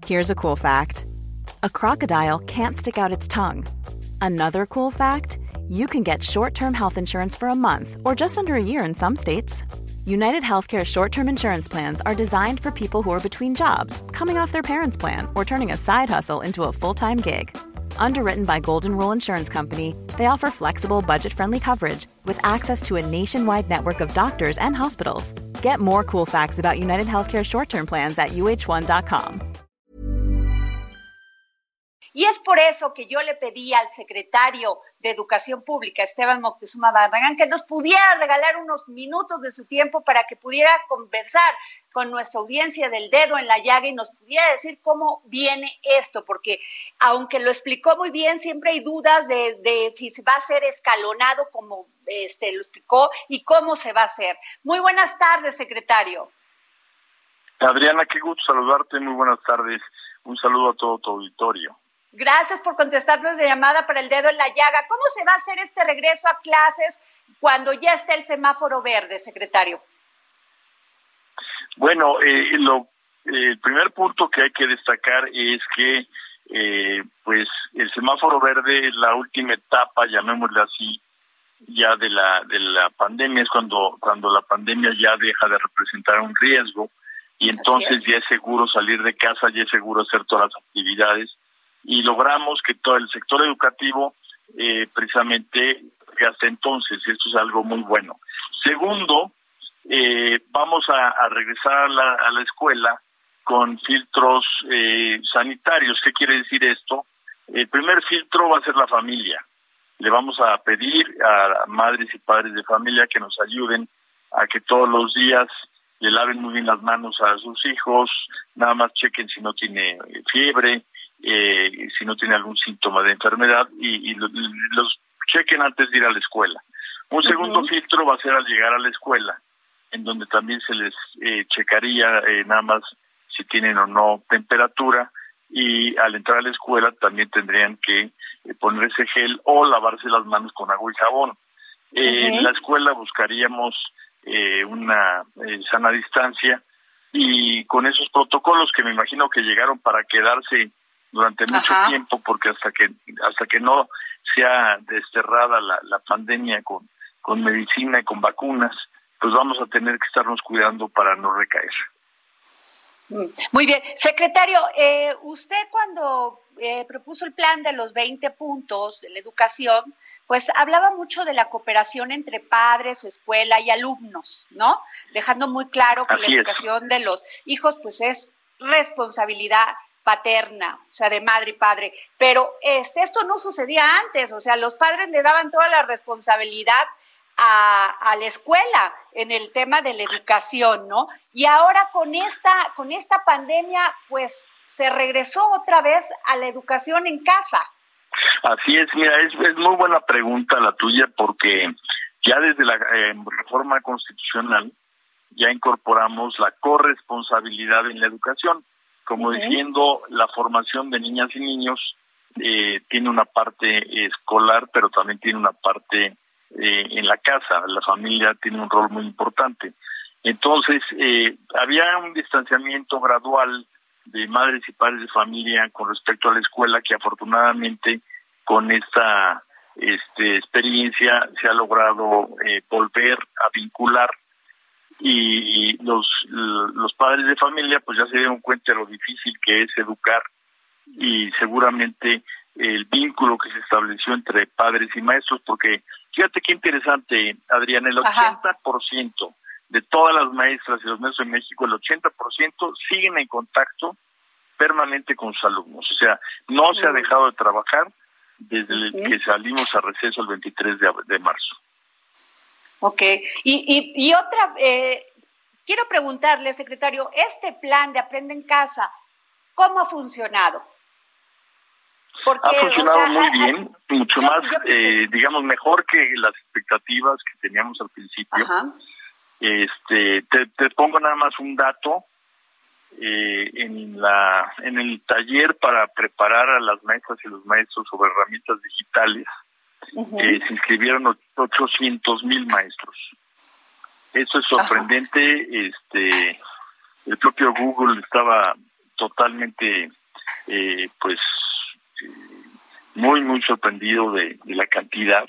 Here's a cool fact. A crocodile can't stick out its tongue. Another cool fact, you can get short-term health insurance for a month or just under a year in some states. United Healthcare short-term insurance plans are designed for people who are between jobs, coming off their parents' plan, or turning a side hustle into a full-time gig. Underwritten by Golden Rule Insurance Company, they offer flexible, budget-friendly coverage with access to a nationwide network of doctors and hospitals. Get more cool facts about United Healthcare short-term plans at uh1.com. Y es por eso que yo le pedí al secretario de Educación Pública, Esteban Moctezuma Barragán, que nos pudiera regalar unos minutos de su tiempo para que pudiera conversar con nuestra audiencia del Dedo en la Llaga y nos pudiera decir cómo viene esto, porque aunque lo explicó muy bien, siempre hay dudas de si se va a ser escalonado como lo explicó y cómo se va a hacer. Muy buenas tardes, secretario. Adriana, qué gusto saludarte, muy buenas tardes. Un saludo a todo tu auditorio. Gracias por contestarnos de llamada para el Dedo en la Llaga. ¿Cómo se va a hacer este regreso a clases cuando ya esté el semáforo verde, secretario? Bueno, el primer punto que hay que destacar es que pues el semáforo verde es la última etapa, llamémosle así, ya de la pandemia, es cuando la pandemia ya deja de representar un riesgo y entonces ya es seguro salir de casa, ya es seguro hacer todas las actividades. Y logramos que todo el sector educativo precisamente hasta entonces, esto es algo muy bueno. Segundo, vamos a regresar a la escuela con filtros sanitarios. ¿Qué quiere decir esto? El primer filtro va a ser la familia. Le vamos a pedir a madres y padres de familia que nos ayuden a que todos los días le laven muy bien las manos a sus hijos, nada más chequen si no tiene fiebre, si no tiene algún síntoma de enfermedad y los chequen antes de ir a la escuela. Un segundo filtro va a ser al llegar a la escuela, en donde también se les checaría nada más si tienen o no temperatura y al entrar a la escuela también tendrían que ponerse gel o lavarse las manos con agua y jabón. En la escuela buscaríamos una sana distancia y con esos protocolos que me imagino que llegaron para quedarse durante mucho tiempo, porque hasta que no sea desterrada la pandemia con medicina y con vacunas, pues vamos a tener que estarnos cuidando para no recaer. Muy bien. Secretario, usted cuando propuso el plan de los 20 puntos de la educación, pues hablaba mucho de la cooperación entre padres, escuela y alumnos, ¿no? Dejando muy claro que la educación de los hijos pues es responsabilidad paterna, o sea, de madre y padre, pero esto no sucedía antes, o sea, los padres le daban toda la responsabilidad a la escuela en el tema de la educación, ¿no? Y ahora con esta pandemia, pues se regresó otra vez a la educación en casa. Así es, mira, es muy buena pregunta la tuya, porque ya desde la reforma constitucional ya incorporamos la corresponsabilidad en la educación, como diciendo, la formación de niñas y niños tiene una parte escolar, pero también tiene una parte en la casa. La familia tiene un rol muy importante. Entonces, había un distanciamiento gradual de madres y padres de familia con respecto a la escuela, que afortunadamente con esta experiencia se ha logrado volver a vincular, y los padres de familia pues ya se dieron cuenta de lo difícil que es educar, y seguramente el vínculo que se estableció entre padres y maestros, porque fíjate qué interesante, Adriana, el 80% de todas las maestras y los maestros en México, el 80% siguen en contacto permanente con sus alumnos, o sea, no se ha dejado de trabajar desde que salimos a receso el 23 de marzo. Ok, y otra, quiero preguntarle, secretario, este plan de Aprende en Casa, ¿cómo ha funcionado? Porque, ha funcionado muy bien, mucho más, digamos, mejor que las expectativas que teníamos al principio. Te pongo nada más un dato. En el taller para preparar a las maestras y los maestros sobre herramientas digitales, se inscribieron 800,000 maestros. Eso es sorprendente. El propio Google estaba totalmente, pues, muy, muy sorprendido de la cantidad.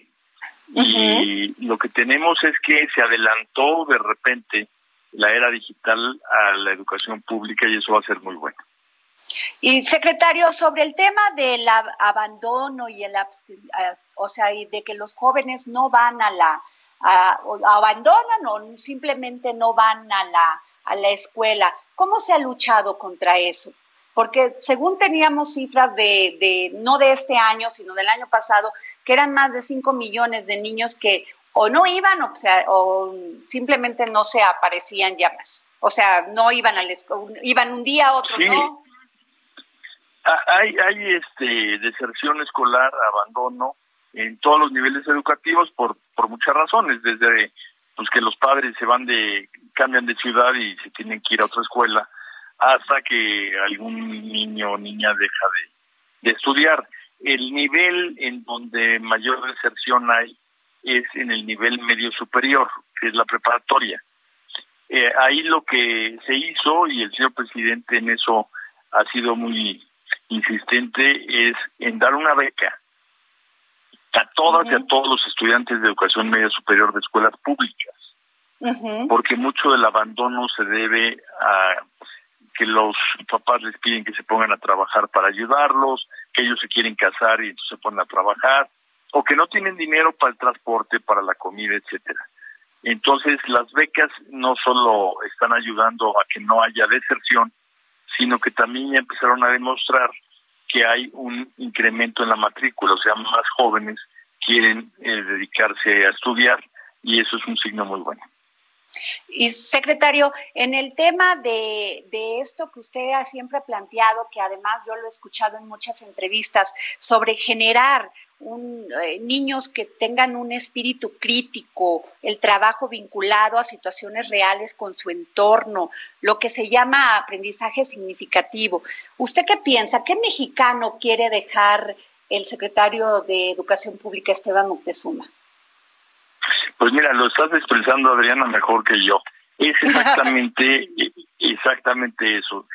Y lo que tenemos es que se adelantó de repente la era digital a la educación pública y eso va a ser muy bueno. Y secretario, sobre el tema del abandono y o sea, y de que los jóvenes no van abandonan o simplemente no van a la escuela, ¿cómo se ha luchado contra eso? Porque según teníamos cifras no de este año, sino del año pasado, que eran más de 5 millones de niños que o no iban, o simplemente no se aparecían ya más. O sea, no iban a la escuela, iban un día, otro sí. no. Hay deserción escolar, abandono en todos los niveles educativos por muchas razones, desde pues que los padres cambian de ciudad y se tienen que ir a otra escuela, hasta que algún niño o niña deja de estudiar. El nivel en donde mayor deserción hay es en el nivel medio superior, que es la preparatoria. Ahí lo que se hizo, y el señor presidente en eso ha sido muy insistente, es en dar una beca a todas y a todos los estudiantes de educación media superior de escuelas públicas, porque mucho del abandono se debe a que los papás les piden que se pongan a trabajar para ayudarlos, que ellos se quieren casar y entonces se ponen a trabajar, o que no tienen dinero para el transporte, para la comida, etcétera. Entonces, las becas no solo están ayudando a que no haya deserción, sino que también ya empezaron a demostrar que hay un incremento en la matrícula, o sea, más jóvenes quieren dedicarse a estudiar, y eso es un signo muy bueno. Y secretario, en el tema de esto que usted siempre ha planteado, que además yo lo he escuchado en muchas entrevistas, sobre generar niños que tengan un espíritu crítico, el trabajo vinculado a situaciones reales con su entorno, lo que se llama aprendizaje significativo. ¿Usted qué piensa? ¿Qué mexicano quiere dejar el secretario de Educación Pública, Esteban Moctezuma? Pues mira, lo estás expresando, Adriana, mejor que yo. Es exactamente eso.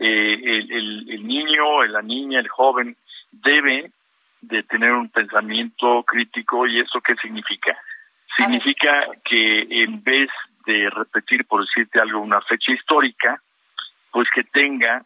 El niño, la niña, el joven debe de tener un pensamiento crítico. ¿Y eso qué significa? Significa que en vez de repetir, por decirte algo, una fecha histórica, pues que tenga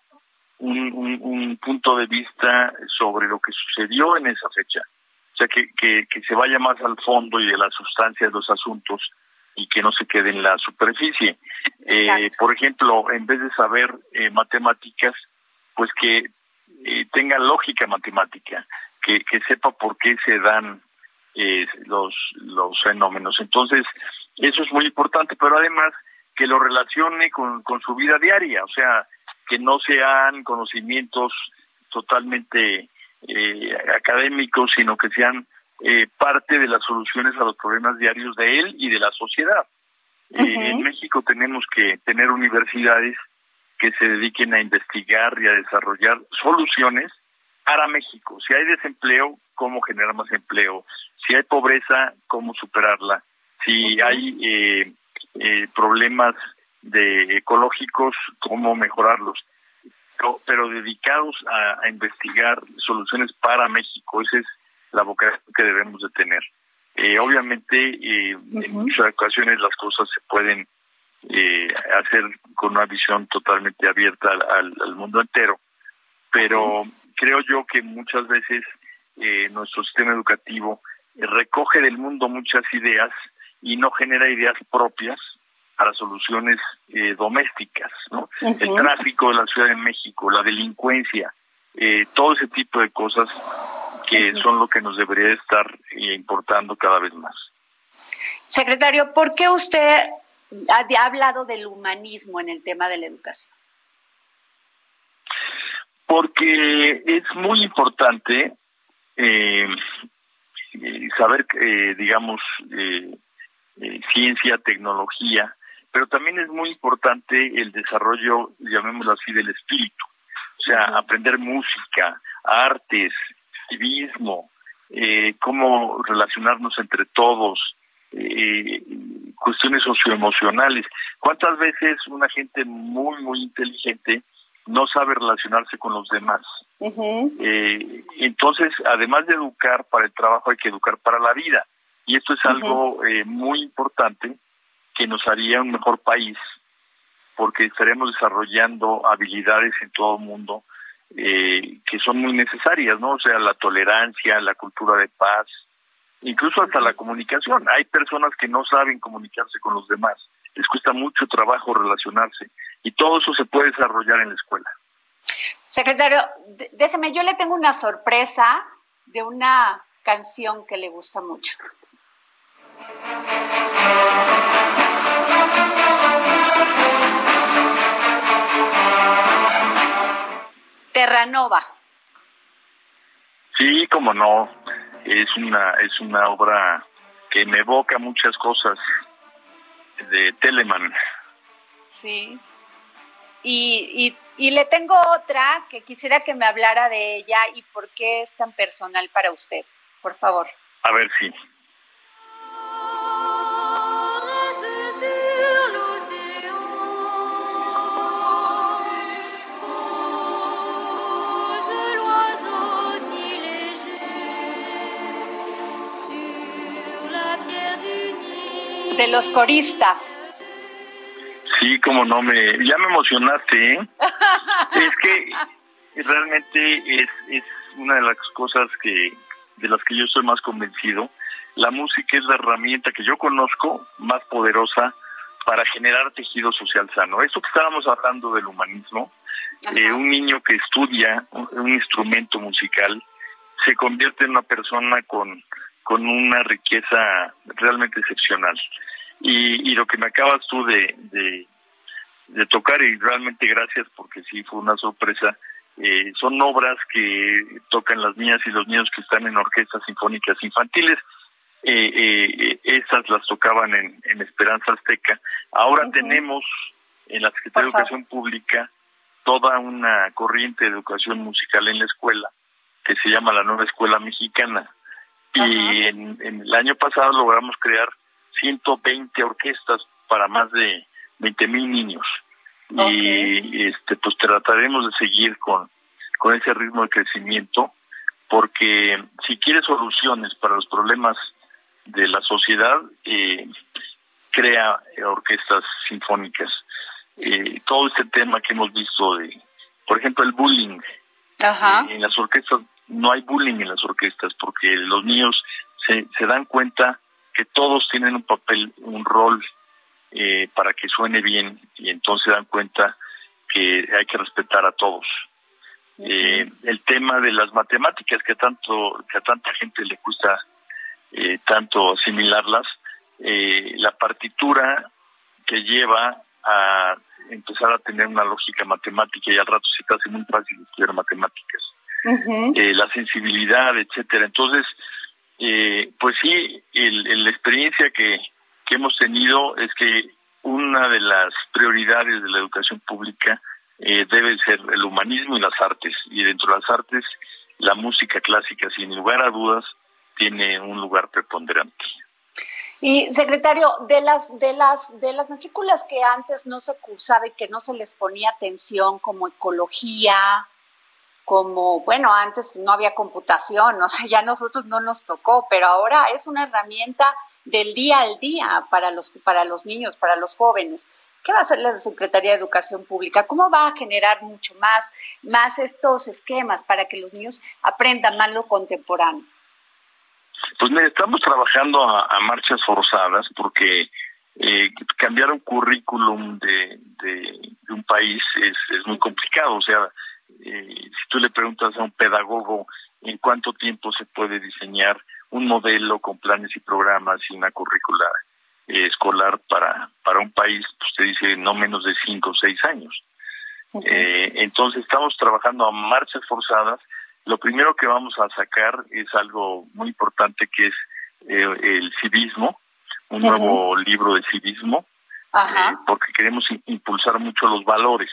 un punto de vista sobre lo que sucedió en esa fecha. O sea, que se vaya más al fondo y de la sustancia de los asuntos y que no se quede en la superficie. Por ejemplo, en vez de saber matemáticas, pues que tenga lógica matemática, que sepa por qué se dan los fenómenos. Entonces, eso es muy importante, pero además que lo relacione con su vida diaria, o sea, que no sean conocimientos totalmente académicos, sino que sean parte de las soluciones a los problemas diarios de él y de la sociedad. En México tenemos que tener universidades que se dediquen a investigar y a desarrollar soluciones para México. Si hay desempleo, ¿cómo generar más empleo? Si hay pobreza, ¿cómo superarla? Si hay problemas ecológicos, ¿cómo mejorarlos? Pero dedicados a investigar soluciones para México. Esa es la vocación que debemos de tener. Obviamente, en muchas ocasiones las cosas se pueden hacer con una visión totalmente abierta al mundo entero, pero creo yo que muchas veces nuestro sistema educativo recoge del mundo muchas ideas y no genera ideas propias para soluciones domésticas, ¿no? El tráfico de la Ciudad de México, la delincuencia, todo ese tipo de cosas que son lo que nos debería estar importando cada vez más. Secretario, ¿por qué usted ha hablado del humanismo en el tema de la educación? Porque es muy importante saber, ciencia, tecnología, pero también es muy importante el desarrollo, llamémoslo así, del espíritu. O sea, aprender música, artes, civismo, cómo relacionarnos entre todos, cuestiones socioemocionales. ¿Cuántas veces una gente muy, muy inteligente no sabe relacionarse con los demás. Uh-huh. Entonces, además de educar para el trabajo, hay que educar para la vida. Y esto es algo muy importante que nos haría un mejor país, porque estaremos desarrollando habilidades en todo el mundo que son muy necesarias, ¿no? O sea, la tolerancia, la cultura de paz, incluso hasta la comunicación. Hay personas que no saben comunicarse con los demás, les cuesta mucho trabajo relacionarse, y todo eso se puede desarrollar en la escuela. Secretario, déjeme, yo le tengo una sorpresa de una canción que le gusta mucho. Terranova. Sí, cómo no, es una obra que me evoca muchas cosas de Telemann. Sí. Y le tengo otra que quisiera que me hablara de ella y por qué es tan personal para usted, por favor. A ver, sí. De los coristas. Sí, como no, ya me emocionaste, ¿eh? Es que realmente es una de las cosas de las que yo estoy más convencido. La música es la herramienta que yo conozco más poderosa para generar tejido social sano. Eso que estábamos hablando del humanismo, un niño que estudia un instrumento musical se convierte en una persona con una riqueza realmente excepcional. Y lo que me acabas tú de tocar, y realmente gracias porque sí fue una sorpresa, son obras que tocan las niñas y los niños que están en orquestas sinfónicas infantiles. Esas las tocaban en Esperanza Azteca. Ahora tenemos en la Secretaría de Educación Pública toda una corriente de educación musical en la escuela que se llama la Nueva Escuela Mexicana. Y en el año pasado logramos crear 120 orquestas para más de 20,000 niños. Y pues trataremos de seguir con ese ritmo de crecimiento, porque si quieres soluciones para los problemas de la sociedad, crea orquestas sinfónicas. Todo este tema que hemos visto por ejemplo, el bullying. En las orquestas no hay bullying en las orquestas, porque los niños se dan cuenta que todos tienen un papel, un rol para que suene bien, y entonces dan cuenta que hay que respetar a todos. El tema de las matemáticas que a tanta gente le cuesta tanto asimilarlas, la partitura que lleva a empezar a tener una lógica matemática, y al rato se te hace muy fácil estudiar matemáticas. La sensibilidad, etcétera. Entonces, pues sí, la experiencia que hemos tenido es que una de las prioridades de la educación pública debe ser el humanismo y las artes, y dentro de las artes la música clásica, sin lugar a dudas, tiene un lugar preponderante. Y secretario, de las matrículas que antes no se cursaba y que no se les ponía atención, como ecología, como, bueno, antes no había computación, o sea, ya a nosotros no nos tocó, pero ahora es una herramienta del día al día para los niños, para los jóvenes. ¿Qué va a hacer la Secretaría de Educación Pública? ¿Cómo va a generar mucho más estos esquemas para que los niños aprendan más lo contemporáneo? Pues mira, estamos trabajando a marchas forzadas, porque cambiar un currículum de un país es muy complicado. O sea, si tú le preguntas a un pedagogo en cuánto tiempo se puede diseñar un modelo con planes y programas y una currícula escolar para un país, pues te dice no menos de 5 o 6 años. Entonces estamos trabajando a marchas forzadas. Lo primero que vamos a sacar es algo muy importante, que es el civismo, un nuevo libro de civismo, porque queremos impulsar mucho los valores.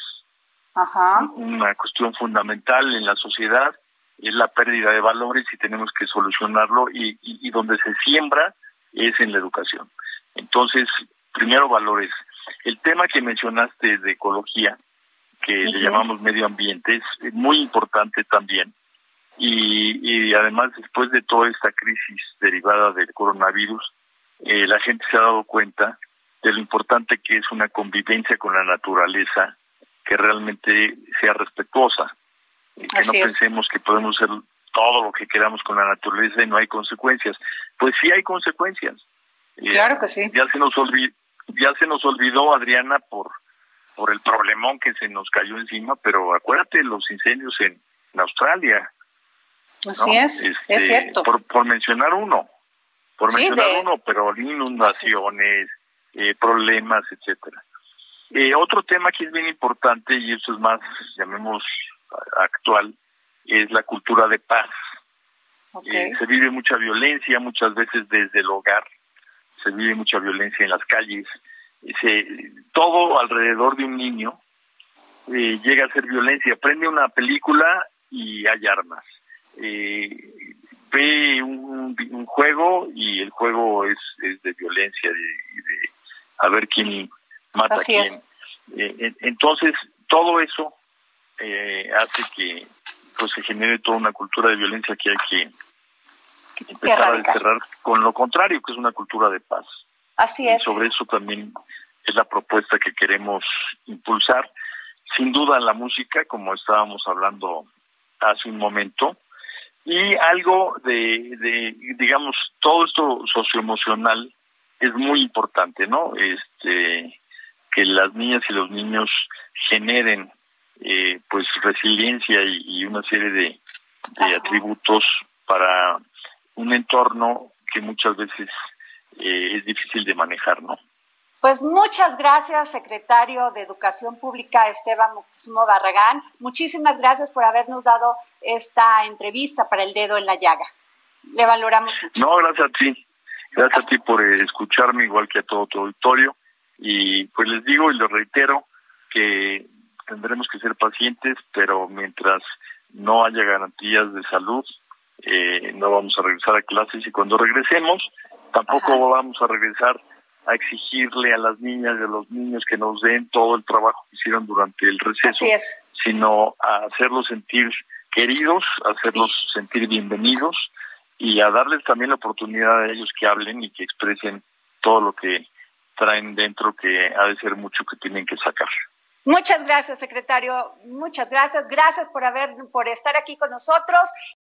Una cuestión fundamental en la sociedad es la pérdida de valores, y tenemos que solucionarlo, y donde se siembra es en la educación. Entonces, primero valores. El tema que mencionaste de ecología, que le llamamos medio ambiente, es muy importante también. Y además, después de toda esta crisis derivada del coronavirus, la gente se ha dado cuenta de lo importante que es una convivencia con la naturaleza que realmente sea respetuosa, que no pensemos que podemos hacer todo lo que queramos con la naturaleza y no hay consecuencias. Pues sí hay consecuencias. Claro que sí. Ya se nos olvidó, Adriana, por el problemón que se nos cayó encima, pero acuérdate los incendios en Australia. Así es cierto. Por mencionar uno, pero inundaciones, problemas, etcétera. Otro tema que es bien importante, y esto es más, llamemos, actual, es la cultura de paz. Se vive mucha violencia, muchas veces desde el hogar, se vive mucha violencia en las calles, todo alrededor de un niño llega a ser violencia. Prende una película y hay armas. Ve un juego y el juego es de violencia, de a ver quién mata a quién. Entonces, todo eso hace que pues se genere toda una cultura de violencia que hay que empezar a desterrar con lo contrario, que es una cultura de paz. Así es. Y sobre eso también es la propuesta que queremos impulsar. Sin duda la música, como estábamos hablando hace un momento, y algo de digamos, todo esto socioemocional es muy importante, ¿no? Que las niñas y los niños generen pues resiliencia y una serie de atributos para un entorno que muchas veces es difícil de manejar, ¿no? Pues muchas gracias, secretario de Educación Pública Esteban Moctezuma Barragán. Muchísimas gracias por habernos dado esta entrevista para El Dedo en la Llaga. Le valoramos mucho. No, gracias a ti. Gracias a ti por escucharme, igual que a todo tu auditorio. Y pues les digo y les reitero que tendremos que ser pacientes, pero mientras no haya garantías de salud, no vamos a regresar a clases, y cuando regresemos, tampoco vamos a regresar a exigirle a las niñas y a los niños que nos den todo el trabajo que hicieron durante el receso, sino a hacerlos sentir queridos, a hacerlos sentir bienvenidos y a darles también la oportunidad a ellos que hablen y que expresen todo lo que traen dentro, que ha de ser mucho que tienen que sacar. Muchas gracias, secretario. Muchas gracias. Gracias por estar aquí con nosotros.